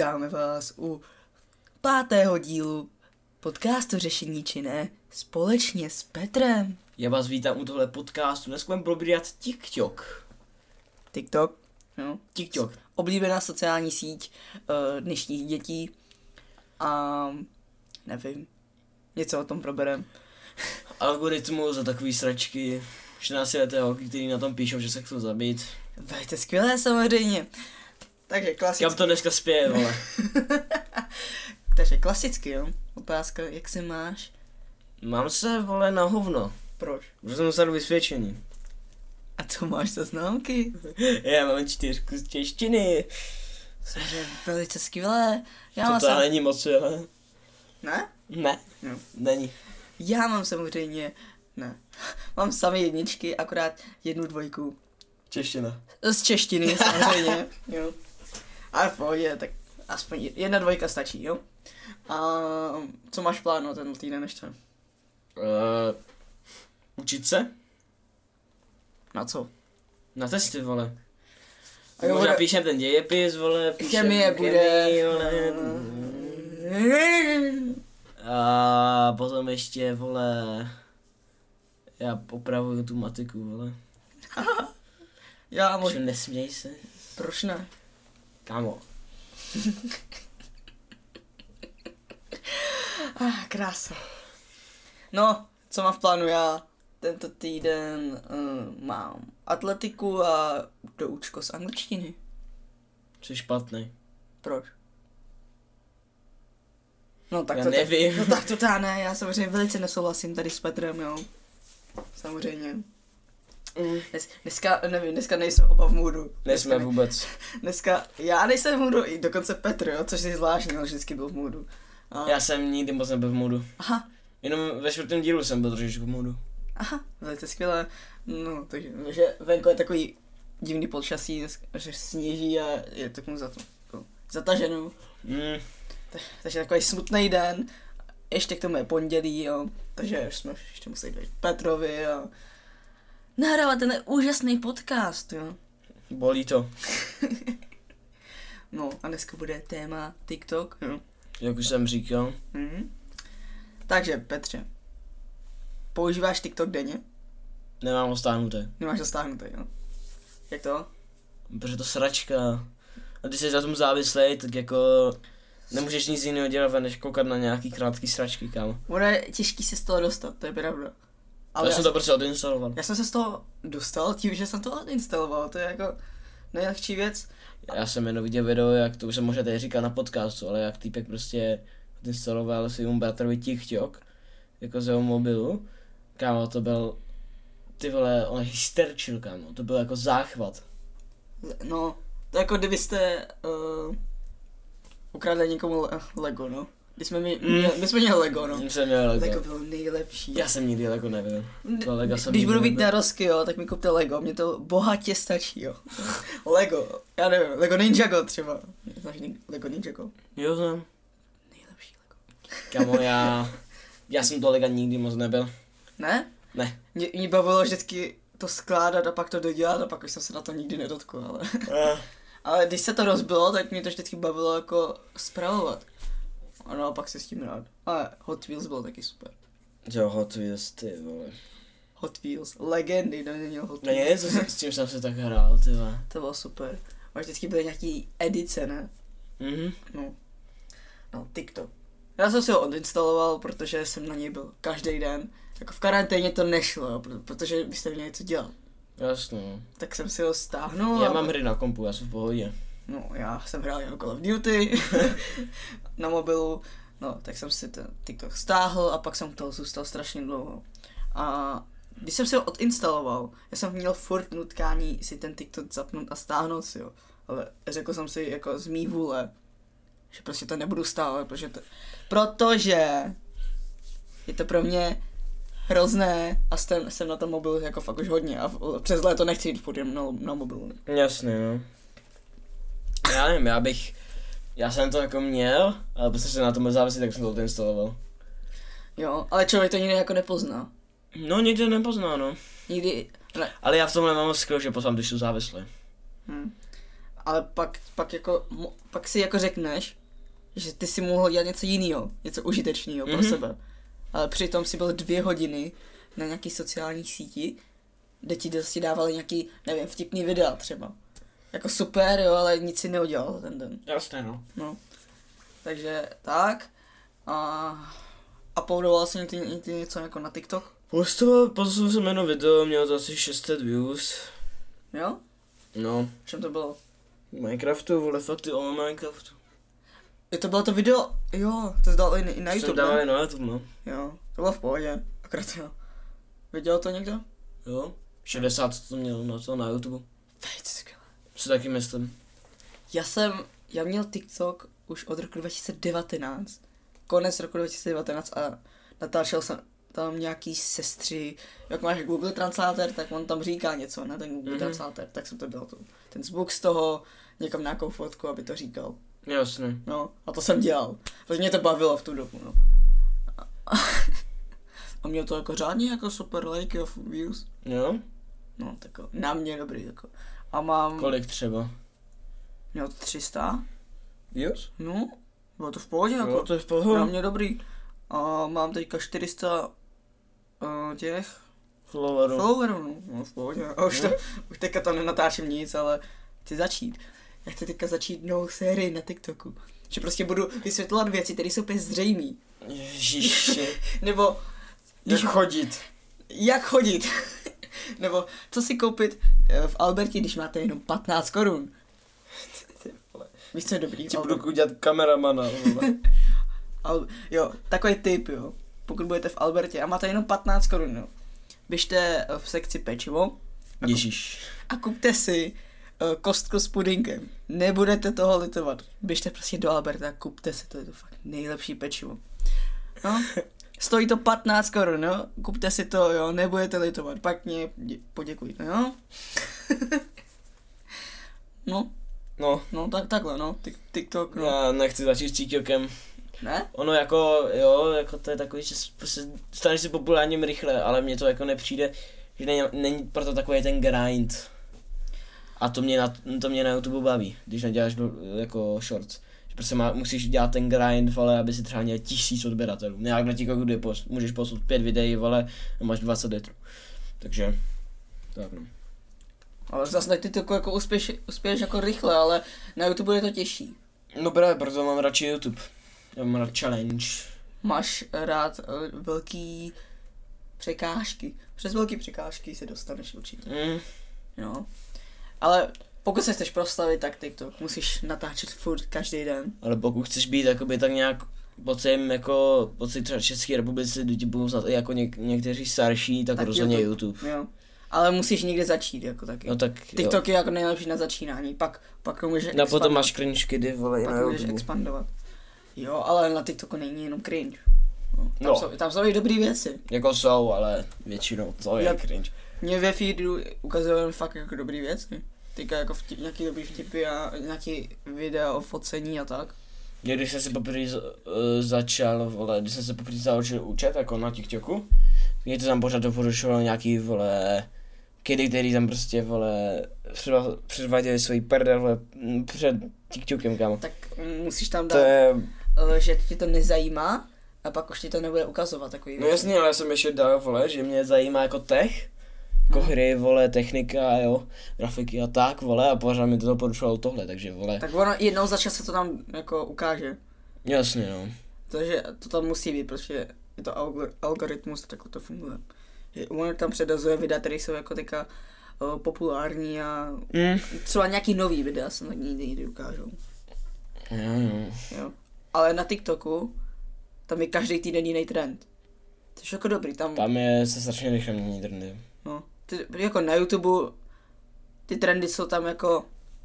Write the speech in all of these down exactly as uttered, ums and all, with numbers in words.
Vítáme vás u pátého dílu podcastu Řešení či ne společně s Petrem. Já vás vítám u tohle podcastu. Dnes budeme probírat TikTok. TikTok? Jo. TikTok. Oblíbená sociální síť uh, dnešních dětí. A nevím, něco o tom proberem. Algoritmus a takový sračky. čtrnáctileté holky, který na tom píšou, že se chcou zabít. Velice skvělé samozřejmě. Takže klasicky. Kam to dneska spěje, vole. Takže klasicky, jo. Otázka, jak se máš? Mám se, vole, na hovno. Proč? Protože jsem dostal vysvědčení. A co máš za známky? Já mám čtyřku z češtiny. Samozřejmě velice skvělé. Já To mám to sam... není moc, ale... Ne? Ne, No. není. Já mám samozřejmě... Ne. Mám samé jedničky, akorát jednu dvojku. Čeština. Z češtiny samozřejmě, jo. Ale v pohodě, tak aspoň jedna dvojka stačí, jo. A co máš plánu ten týden ještě? Uh, učit se? Na co? Na testy, vole. A jo, Možná bude- píšem ten dějepis, vole, píšem Chemie bude. chemii, vole. A potom ještě, vole, já opravuju tu matiku, vole. Já Možná možná... nesměj se. Proč ne? Kámo. Ah, krása. No, co mám v plánu já? Tento týden uh, mám atletiku a doučko z angličtiny. Jsi špatný. Proč? No tak Já to nevím. No tak to tá ne, já samozřejmě velice nesouhlasím tady s Petrem, jo. Samozřejmě. Mm. Dnes, dneska, nevím, dneska nejsme oba v moodu. Nejsme Dneska, vůbec. dneska, já nejsem v moodu, i dokonce Petr, jo, což je zvláštní, ale vždycky byl v moodu. A, Já jsem nikdy moc nebyl v moodu. Aha, Jenom ve čtvrtém dílu jsem byl trošičku v moodu. aha, velice skvělé. No, takže, že venku je takový divný počasí, že sněží a je takovou za to, jako, zataženou. Mm. Tak, takže takový smutný den, ještě k tomu je pondělí, jo, takže už jsme ještě museli dojít Petrovi a nahrávat ten úžasný podcast, jo. Bolí to. No a dneska bude téma TikTok, jo. Jak už jsem říkal. Mhm. Takže Petře, používáš TikTok denně? Nemám ho stáhnuté. Nemáš ho stáhnutý, jo. Jak to? Protože to sračka. A když jsi na tom závislej, tak jako... Nemůžeš nic jiného dělat, než koukat na nějaký krátký sračky, kámo. Ono je těžký se z toho dostat, to je pravda. Ale já jsem to prostě odinstaloval. já jsem se z toho dostal tím, že jsem to odinstaloval, to je jako nejlehčí věc. Já jsem jenom viděl video, jak to už jsem možná tady říkal na podcastu, ale jak týpek prostě odinstaloval svým bratrovi TikTok, jako z jeho mobilu. Kámo, to byl, ty vole, on hysterčil, kámo, to byl jako záchvat. No, to jako kdybyste uh, ukradli někomu le- Lego, no. Když jsme, mi, Mm. mě, my jsme měli Lego, no. Jsem měl Lego. Lego bylo nejlepší. Já jsem nikdy Lego nebyl. To Lega jsem Když nikdy budu mít nebyl. narozky, jo, tak mi kupte Lego, mě to bohatě stačí, jo. Lego, já nevím, Lego Ninjago třeba. Znáš Nin- Lego Ninjago? Jo, znám. Nejlepší Lego. Kámo, já, já jsem to Lega nikdy moc nebyl. Ne? Ne. Mě, mě bavilo vždycky to skládat a pak to dodělat a pak už jsem se na to nikdy nedotkl, ale... Ale když se to rozbilo, tak mě to vždycky bavilo jako spravovat. Ano, a pak se s tím rád. Ale Hot Wheels byl taky super. Jo, Hot Wheels, ty vole. Hot Wheels, legendy, to neměl Hot Ne, Wheels. něco, s čím jsem se tak hrál, ty vole. To bylo super. A vždycky byly nějaký edice, ne? Mhm. No. No, TikTok. Já jsem si ho odinstaloval, protože jsem na něj byl každý den. Jako v karanténě to nešlo, jo, pro- protože byste měli něco dělat. Jasno, no. Tak jsem si ho stáhnul. Já a- mám hry na kompu, já jsem v pohodě. No, já jsem hrál jenom Call of Duty na mobilu, no, tak jsem si ten TikTok stáhl a pak jsem u toho zůstal strašně dlouho. A když jsem si ho odinstaloval, já jsem měl furt nutkání si ten TikTok zapnout a stáhnout si ho. Ale řekl jsem si jako z mý vůle, že prostě to nebudu stále, protože to, protože je to pro mě hrozné a jsem, jsem na tom mobilu jako fakt už hodně a v- přes léto nechci jít furt jen na, na mobilu. Jasně, no. Já nevím, já bych, já jsem to jako měl, ale prostě se na tom závisí, tak jsem to odinstaloval. Jo, ale člověk to nikdy jako nepozná. No, nikdy nepozná, no. Nikdy, ne. Ale já v tomhle mám skvěl, že poznám, když jsou závislí. Hm. ale pak, pak jako, pak si jako řekneš, že ty si mohl dělat něco jiného, něco užitečného mm-hmm. pro sebe. Ale přitom si byl dvě hodiny na nějaký sociální síti, kde ti dosti dávali nějaký, nevím, vtipný videa třeba. Jako super, jo, ale nic si neudělal ten den. Jasně, no. No. Takže tak. A uploadoval jsem někdy, někdy něco jako na TikTok? Postoval, postoval jsem jedno video, mělo to asi šest set views. Jo? No. V čem to bylo? Minecraftu, vole, fakt ty o Minecraftu. Jo, to bylo to video, jo, to zdal i, i na YouTube, to dávali na YouTube, no. Jo, to bylo v pohodě, akorát jo. Viděl to někdo? Jo, šedesát to mělo na to na YouTube. Vejce skvěle. Si taky myslím. Já jsem, já měl TikTok už od roku dva tisíce devatenáct, konec roku dva tisíce devatenáct a natáčel jsem tam nějaký sestři, jak máš Google Translator, tak on tam říká něco, ne, ten Google mm-hmm. Translator, tak jsem to dal tu, ten zvuk z toho, někam nějakou fotku, aby to říkal. Jasně. No, a to jsem dělal, protože mě to bavilo v tu dobu, no. A, a měl to jako řádně jako super like of views. Jo? No, tak na mě dobrý, jako. A mám... Kolik třeba? Měl to tři sta. Views? No, bylo to v pohodě, jako. Jo, to je v pohodě. Na mě dobrý. A mám teďka čtyři sta uh, těch... Followerů. Followerů, no, no v pohodě. A už, to, už teďka tam nenatáčím nic, ale chci začít. Já chci teďka začít novou sérii na TikToku. Že prostě budu vysvětlovat věci, které jsou úplně zřejmý. Ježiši. Nebo... Jak chodit. Jak chodit. Nebo co si koupit v Alberti, když máte jenom patnáct korun. Víš, co je dobrý? Ti budu udělat kameramana. Al- jo, takový tip, jo. Pokud budete v Albertě a máte jenom patnáct korun, jo. Běžte v sekci pečivo. A Ježíš. A kupte si uh, kostku s pudinkem. Nebudete toho litovat. Běžte prostě do Alberta a kupte si to, je to fakt nejlepší pečivo. No. Stojí to patnáct korun, jo. Kupte si to, jo, nebudete litovat. Pak mě dě- poděkujte, jo. No. No. No, tak takhle, no. Tik- TikTok, no. Já nechci začít s TikTokem. Ne? Ono jako, jo, jako to je takový, že prostě staneš si populárním rychle, ale mně to jako nepřijde, že není, není proto takový ten grind. A to mě na, to mě na YouTube baví, když neděláš do, jako shorts. Že prostě má, musíš dělat ten grind, vole, aby si třeba měl tisíc odběratelů. Nějak na TikToku, kdy post, můžeš poslat pět videí, vole, a máš dvacet litrů. Takže, tak no. Ale zase na TikToku jako uspěš, uspěješ jako rychle, ale na YouTube je to těžší. No právě, proto mám radši YouTube. Já mám rád challenge. Máš rád uh, velký překážky. Přes velký překážky se dostaneš určitě. Mm. Jo. Ale pokud se chceš proslavit, tak TikTok musíš natáčet furt každý den. Ale pokud chceš být jakoby tak nějak po celém jako, po celé třeba České republice, kdy ti budou znát i jako něk- někteří starší, tak, tak rozhodně YouTube. YouTube. Jo. Ale musíš někde začít jako taky. No tak TikTok jo. Je jako nejlepší na začínání, pak, pak můžeš expandovat. No potom máš cringe kdy, vole, pak na můžeš YouTube. expandovat. Jo, ale na TikToku není jenom cringe. No, tam, No. Jsou, tam jsou i dobrý věci. Jako jsou, ale většinou to je Jak- cringe. Mě ve feedu ukazuje fakt jako dobrý věci. Týka jako vtip, nějaký dobrý vtipy a nějaký videa o focení a tak. Já když jsem si poprvé z- uh, začal, vole, když jsem se poprvé založil účet, jako na TikToku, mě to tam pořád doporučovalo nějaký, vole, kidy, který tam prostě, vole, předva- předváděli svojí prdel, vole, m, před TikTokem, kámo. Tak musíš tam To dát, je, eh, že ti to nezajímá a pak už ti to nebude ukazovat takový no jasně, ale já jsem ještě dal, vole, že mě zajímá jako tech, jako Hmm. hry, vole, technika, jo, grafiky a tak, vole, a pořád mi to doporučovalo tohle, takže, vole, Tak ono jednou za čas se to tam jako ukáže. jasně, no. Takže to tam musí být, protože je to algor- algoritmus, takhle to funguje. Že on tam předazuje videa, které jsou jako teďka uh, populární a Mm. třeba nějaký nový videa se tak nikdy nikdy ukážou. Jo, jo. Jo. Ale na TikToku tam je každý týden jiný trend. To je jako dobrý, tam, Tam je se strašně rychle mění trendy. no, ty, jako na YouTube ty trendy jsou tam jako,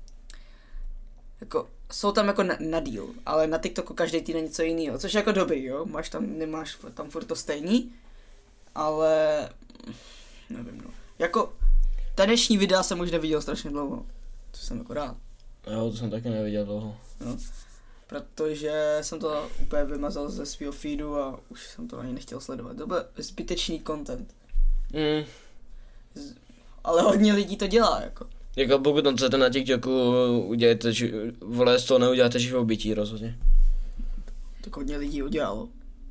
jako jsou tam jako na, na díl, ale na TikToku každý týden něco jiného, což je jako dobrý, jo, máš tam, nemáš tam furt to stejný, ale nevím, no, jako taneční videa jsem už neviděl strašně dlouho, to jsem jako rád. Jo, to jsem taky neviděl dlouho. No, protože jsem to úplně vymazal ze svého feedu a už jsem to ani nechtěl sledovat. To byl zbytečný content. Mm. Z- ale hodně lidí to dělá, jako. Jako pokud tam chcete na TikToku udělat, vole, z toho neuděláte živobytí rozhodně. Tak hodně lidí udělalo.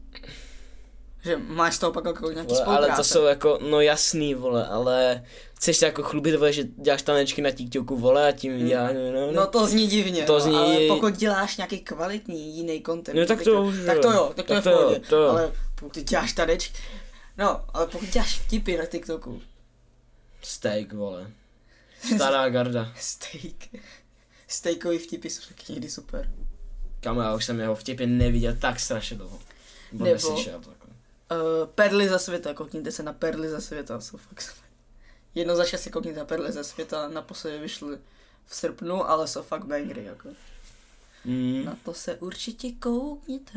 Že máš z toho pak jako nějaký vole, spolupráce. ale to jsou jako, no jasný, vole, ale chceš se jako chlubit, vole, že děláš tanečky na TikToku, vole, a tím děláš, no, no, no to zní divně, to no, zní... ale pokud děláš nějaký kvalitní jiný content, no tak to už, tak to jo, tak to tak je v pohodě, to jo. Ale pokud ty děláš tanečky, no, ale pokud děláš vtipy na TikToku. Steak, vole. Stará garda. Steak. Steakový vtipy jsou taky někdy super. Kamo, já už jsem jeho vtipy neviděl tak strašně dlouho. Nebo neslyšel takhle. Uh, perly za světa, koukněte se na perly za světa, jsou fakt super. Jedno za čas si koukněte na perly za světa, naposledy vyšly v srpnu, ale jsou fakt bangry, jako. Mm. Na to se určitě koukněte.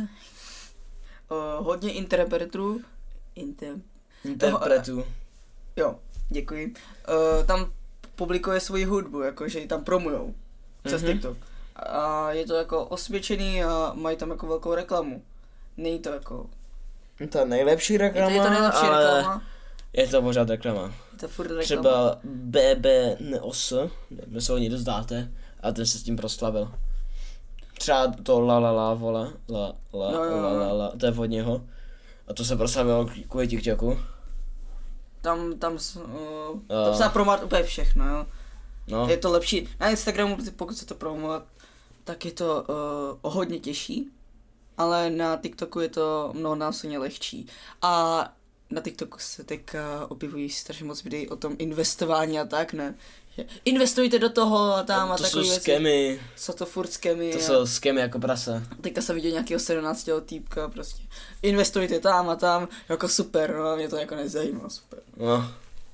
Uh, hodně interpretů. Inter... Interpretů. Toho, jo, děkuji. Uh, tam publikuje svoji hudbu, jako, že ji tam promujou. Přes mm-hmm. TikTok. A je to jako osvědčený a mají tam jako velkou reklamu. Není to jako... Je to nejlepší reklama, je to, je to nejlepší ale reklama. Je to pořád reklama. Je to furt reklama. Třeba B B Neos, nevím, se ho někdo zdáte, a ten se s tím proslavil. Třeba to la la la, vole, la la no, la la la, to je od něho. A to se proslavilo kvůli TikToku. Tam, tam, uh, tam se dá promovat úplně všechno, jo. No. Je to lepší, na Instagramu, pokud se to promovat, tak je to uh, o hodně těžší, ale na TikToku je to mnohonásobně lehčí. A na TikToku se teďka objevují strašně moc videí o tom investování a tak, ne? Že investujte do toho a tam a, to a takový jsou věci. skemy. Jsou to furt skemy. To a... jsou skemy jako prase. Teďka jsem viděl nějakého sedmnáctiletého týpka prostě. Investujte tam a tam, jako super, no mě to jako nezajímá, super. No.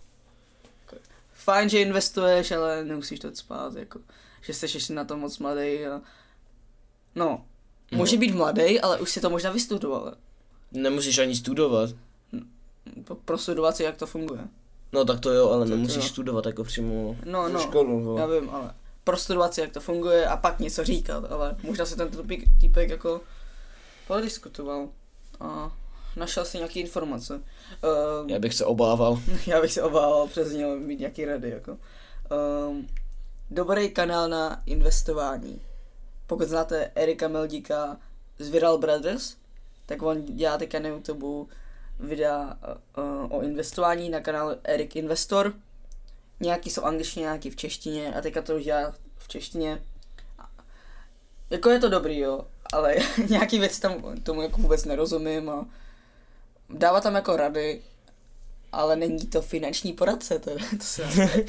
Fajn, že investuješ, ale nemusíš to spát, jako, že jsi ještě na to moc mladý a... No, no, může být mladý, ale už si to možná vystudoval. Nemusíš ani studovat. Prostudovat si, jak to funguje. No tak to jo, ale to nemusíš to studovat jako přímo no, no, školu. No. Já vím, ale prostudovat si, jak to funguje a pak něco říkat, ale možná si ten týpek jako podiskutoval a našel si nějaký informace. Um, já bych se obával. Já bych se obával přes něho mít nějaký rady, jako. Um, dobrý kanál na investování. Pokud znáte Erika Meldíka z Viral Brothers, tak on dělá teďka na YouTube videa uh, o investování na kanálu Erik Investor. Nějaký jsou angličtině, nějaký v češtině a teďka to už dělá v češtině. Jako je to dobrý, jo, ale nějaký věci tam tomu jako vůbec nerozumím a dává tam jako rady, ale není to finanční poradce, to, to se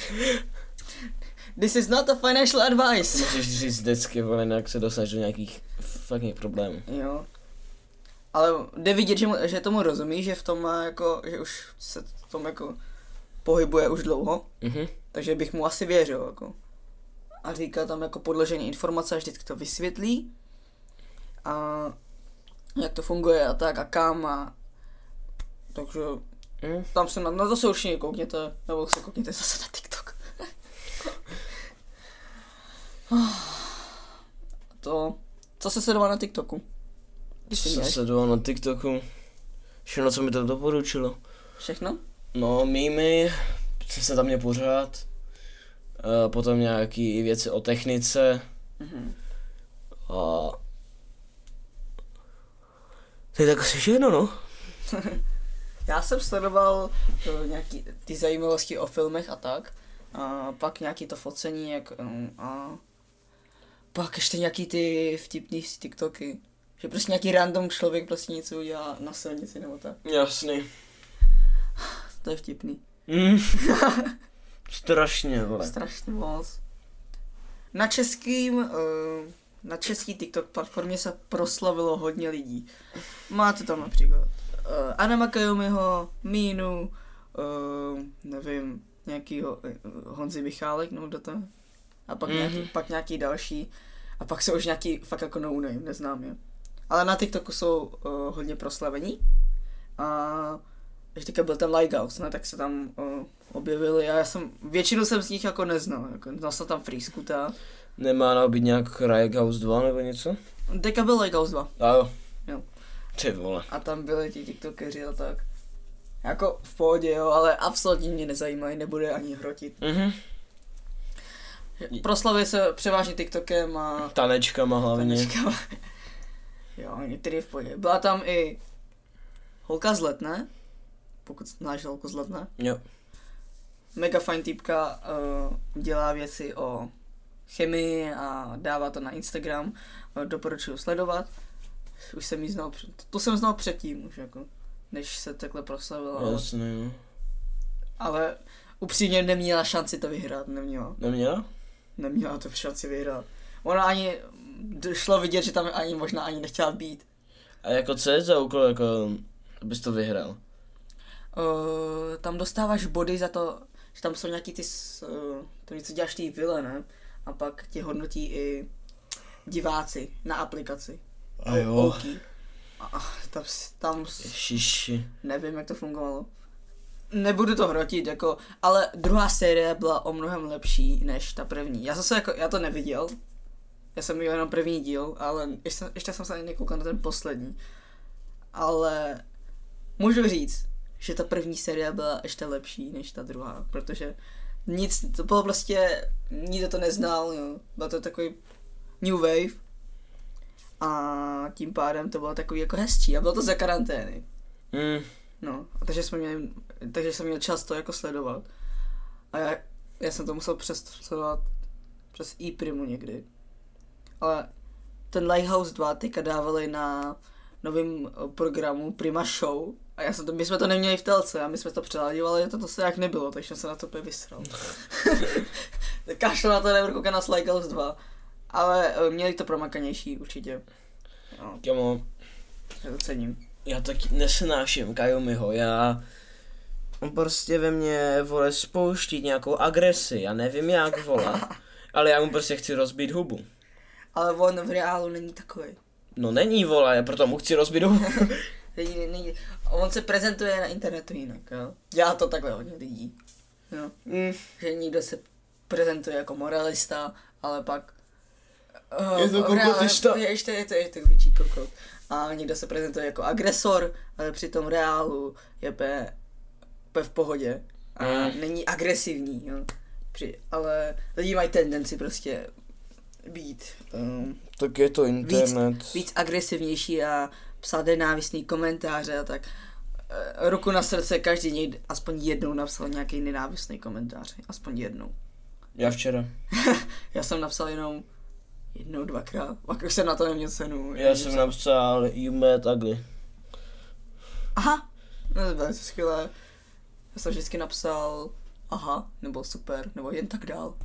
This is not a financial advice. Musíš říct vždycky, vole, jinak se dostaneš do nějakých fucking problémů. Jo. Ale jde vidět, že, mu, že tomu rozumí, že v tom má jako, že už se v tom jako pohybuje už dlouho, mm-hmm. takže bych mu asi věřil, jako. A říká tam jako podložené informace a vždycky to vysvětlí. A jak to funguje a tak a kam a takže mm. tam se na, na to se určitě koukněte, nebo se koukněte zase na TikTok. To, co se sledoval na TikToku? Co se sledoval na TikToku? Všechno, co mi to doporučilo. Všechno? No, mými, co se tam mě pořád. Uh, potom nějaký věci o technice. Mm-hmm. A... To je tak asi všechno, no. Já jsem sledoval uh, nějaký ty zajímavosti o filmech a tak. A pak nějaký to focení, jak, um, a pak ještě nějaký ty vtipný TikToky. Že prostě nějaký random člověk prostě něco udělá na silnici nebo tak. Jasný. To je vtipný. Mm. Strašně, vole. Strašně moc. Na českým, uh, na český TikTok platformě se proslavilo hodně lidí. Máte tam například uh, Anna Makajomiho, Mínu, uh, nevím, nějakýho uh, Honzi Michálek, no kdo to je? A pak, mm-hmm. nějaký, pak nějaký další. A pak jsou už nějaký fakt jako no name, neznám je. Ale na TikToku jsou uh, hodně proslavení. A když teďka byl ten Lighthouse, ne, tak se tam uh, objevili a já jsem, většinu jsem z nich jako neznal, jako znal jsem tam Freescoota. Nemá být nějak Lighthouse dva nebo něco? Teďka byl Lighthouse dva. A jo. Jo. Ty vole. A tam byli ti tiktokeři a tak. Jako v pohodě, jo, ale absolutně mě nezajímají, nebude ani hrotit. Mhm. Proslavuje se převážně TikTokem a... Tanečkama hlavně. Tanečkama. Jo, některý v pohodě. Byla tam i holka z Letné, pokud znáš holku z Letné. Jo. Mega fajn týpka, uh, dělá věci o chemii a dává to na Instagram. Uh, doporučuji sledovat. Už jsem jí znal, to jsem znal předtím už jako, než se takhle proslavila. Jasně, no. Ale upřímně neměla šanci to vyhrát, neměla. Neměla? Neměla to šanci vyhrát. Ona ani, šlo vidět, že tam ani možná ani nechtěla být. A jako co je za úkol, jako, abys to vyhrál? Uh, tam dostáváš body za to, že tam jsou nějaký ty, uh, to co děláš ty vile, ne? A pak tě hodnotí i diváci na aplikaci. A jo. Okay. A tam, tam Ježiši. nevím, jak to fungovalo. Nebudu to hrotit, jako, ale druhá série byla o mnohem lepší než ta první. Já zase jako, já to neviděl. Já jsem měl jenom první díl, ale ještě, ještě jsem se ani nekoukal na ten poslední. Ale můžu říct, že ta první série byla ještě lepší než ta druhá, protože nic, to bylo prostě, nikdo to neznal, jo. Byl to takový new wave a tím pádem to bylo takový jako hezčí a bylo to za karantény. Mm. No, a takže jsme měli, takže jsem měl čas to jako sledovat. A já, já jsem to musel přesledovat přes iPrimu někdy. Ale ten Lighthouse dva teďka dávali na novém programu Prima Show a já jsem to, my jsme to neměli v telce a my jsme to přeladívali a to, to se jak nebylo, takže jsem se na to úplně vysral. Kašlo na to, nebudu koukat na Lighthouse dva. Ale měli to promakanější určitě. No. Kamo, Já to cením. já taky nesnáším Kajumiho, já... On prostě ve mně, vole, spouští nějakou agresi, já nevím jak, vole. Ale já mu prostě chci rozbít hubu. Ale on v reálu není takový. No není, vole, já proto mu chci rozbít hubu. není, není. On se prezentuje na internetu jinak, jo. Dělá to takhle hodně lidí. Jo. Mm. Že někdo se prezentuje jako moralista, ale pak... Uh, Je to kokotista. Je, ještě je to, je to větší kokot. A někdo se prezentuje jako agresor, ale při tom reálu je pe, pe v pohodě. A Mm. není agresivní, jo. Při, ale lidi mají tendenci prostě být um, Tak je to internet. víc, víc agresivnější a psát nenávistný komentáře a tak. Uh, ruku na srdce, každý někdy aspoň jednou napsal nějaký nenávistný komentář. Aspoň jednou. Já včera. Já jsem napsal jenom jednou, dvakrát, pak už jsem na to neměl cenu. Já jsem napsal You mad ugly. Aha, no to bylo skvělé. Já jsem vždycky napsal aha, nebo super, nebo jen tak dál.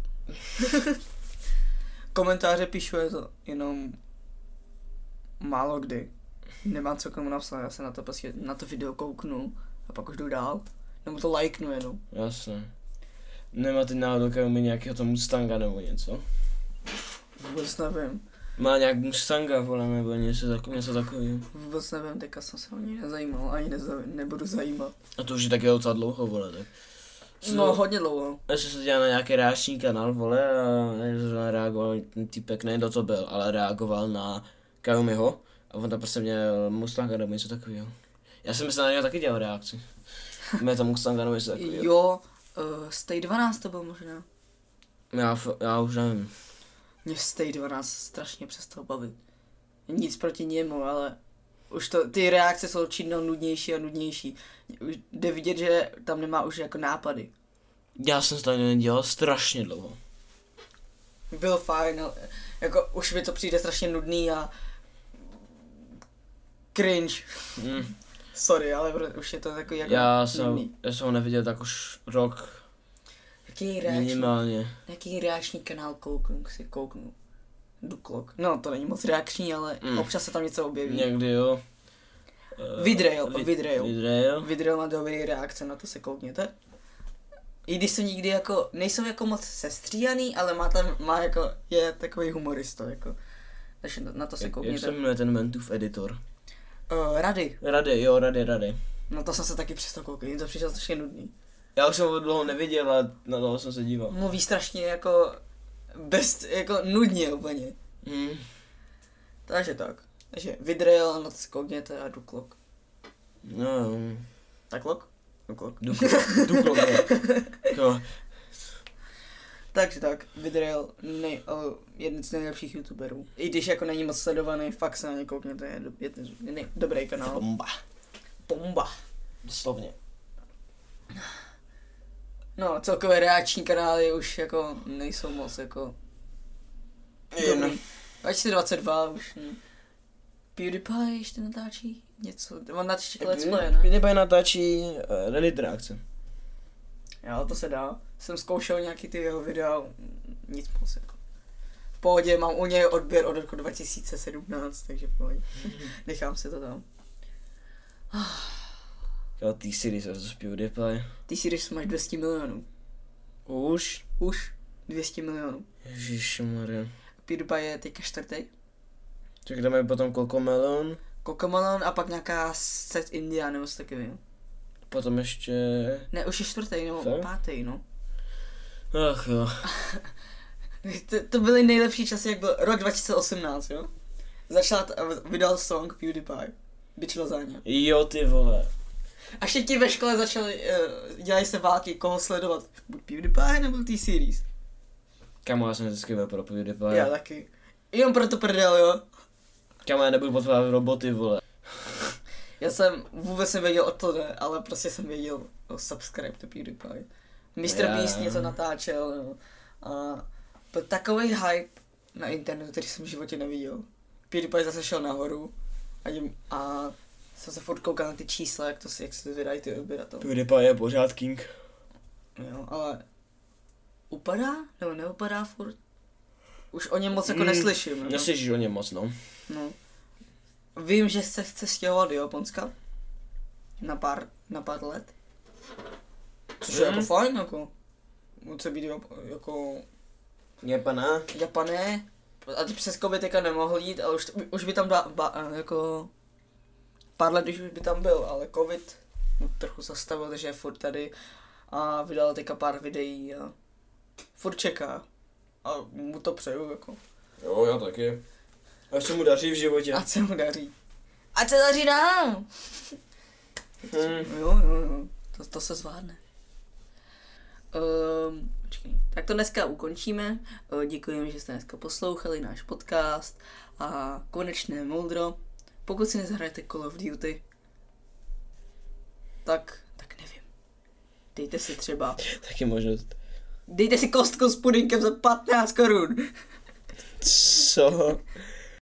Komentáře píšu je to jenom málo kdy. Nemám co komu napsat, já se na to prostě na to video kouknu a pak už jdu dál. Nebo to lajknu jenom. Jasně. Nemá ty náhodou Kajumi nějakého toho Mustanga nebo něco? Vůbec nevím. Má nějak Mustanga, vole, nebo něco, tako, něco takového. Vůbec nevím, teďka jsem se o ní nezajímal, ani neza, nebudu zajímat. A to už je taky docela dlouho, vole, tak. No, hodně dlouho. Já jsem se dělal na nějaký reakční kanál, vole, a reagoval, ten týpek, nevím, kdo to byl, ale reagoval na Kajumiho a on tam prostě měl Mustanga nebo něco takového. Já jsem myslel, na něho taky dělal reakci. Měl tam Mustanga nebo něco takového. Jo, uh, Stay dvanáct to byl možná. Já, já už nevím. Mě Stay dvanáct strašně přestal bavit. Nic proti němu, ale už to, ty reakce jsou čím nudnější a nudnější. Už jde vidět, že tam nemá už jako nápady. Já jsem se to nedělal strašně dlouho. Byl fajn, ale jako už mi to přijde strašně nudný a cringe. Mm. Sorry, ale už je to takový jako Já jsem, nudný. já jsem ho neviděl tak už rok. Jaký reakční, Minimálně. jaký reakční kanál kouknu, si kouknu. Duklok. No to není moc reakční, ale Mm. občas se tam něco objeví. Někdy jo. Vidrail, Vi- Vidrail. Vidrail. Vidrail má dobrý reakce, na to se koukněte. I když jsou nikdy jako, nejsou jako moc sestříhaný, ale má tam, má jako, je takový humorista, jako. Takže na, na to se Jak, jak koukněte. se jmenuje ten Mentův editor? Uh, rady. Rady, jo, rady, rady. No to jsem se taky přesto koukal, mně to přišlo strašně nudný. Já už jsem ho dlouho neviděl, ale na toho jsem se díval. Mluví strašně jako, bez, jako nudně úplně. Hmm. Takže tak. Takže Vidrail, na to se koukněte a Duklok. No jo. Tak lok? Duklok. Duklok, Duklok, jo. Jako, Takže tak, Vidreal, nej, uh, jeden z nejlepších youtuberů. I když jako není moc sledovaný, fakt se na ně koukněte, je, do, je, je, je dobrý kanál. Bomba. Bomba. Doslovně. No, celkové reakční kanály už jako nejsou moc jako dobrý. dva tisíce dvacet dva už ne. PewDiePie ještě natáčí něco, on natáčí let's play, ne? PewDiePie natáčí uh, Reddit reakce. Jo, to se dá. Jsem zkoušel nějaký ty jeho videa, nic moc jako. V pohodě, mám u něj odběr od roku dva tisíce sedmnáct, takže v pohodě. Nechám si to tam. Jo, T-Series versus PewDiePie. T-Series máš dvě stě milionů. Už? Už dvě stě milionů. Ježišmarja. PewDiePie je teďka čtvrtý. Tak dáme potom Cocomelon. Cocomelon a pak nějaká Set India nebo co takový. Potom ještě... Ne, už je čtvrtý nebo Co? pátý, no. Ach jo. to, to byly nejlepší časy, jak byl rok dva tisíce osmnáct, jo. Začal t- vydal song PewDiePie. Bitch Lasagna. Jo, ty vole. Až ti ve škole začali, uh, dělají se války, koho sledovat. Buď PewDiePie nebo T-Series. Kamo, já jsem vždycky byl pro PewDiePie. Já taky. Jenom proto prdel, jo. Kamo, já nebudu podporovat roboty, vole. Já jsem vůbec nevěděl o to, ne, ale prostě jsem věděl o subscribe to PewDiePie. mister Já. Beast něco natáčel, jo. A byl takový hype na internetu, který jsem v životě neviděl. PewDiePie zase šel nahoru a, jim, a jsem se furt koukal na ty čísla, jak to si, jak se vydají ty odběratele. PewDiePie je pořád king. Jo, ale upadá? Nebo neupadá furt? Už o něm moc jako Mm, neslyším. No. Neslyšíš o něm moc, no. No. Vím, že se chce stěhovat do Japonska. Na pár, na pár let. Což je Mm. jako fajn, jako. Chce být Jap- jako Japaná. Japané. A ty přes covid teďka nemohl jít, ale už, už by tam dá, ba, jako pár let, když už by tam byl, ale covid mu trochu zastavil, takže je furt tady a vydal teďka pár videí a furt čeká. A mu to přeju, jako. Jo, já taky. Až se mu daří v životě. Ať se mu daří. Ať se daří nám! Hmm. Jo, jo, jo. To, to se zvládne. Um, počkej. Tak to dneska ukončíme. Uh, děkujeme, že jste dneska poslouchali náš podcast. A konečné moudro. Pokud si nezahrajete Call of Duty, tak, tak nevím. Dejte si třeba, Taky možnost. dejte si kostku s pudinkem za patnáct korun. Co?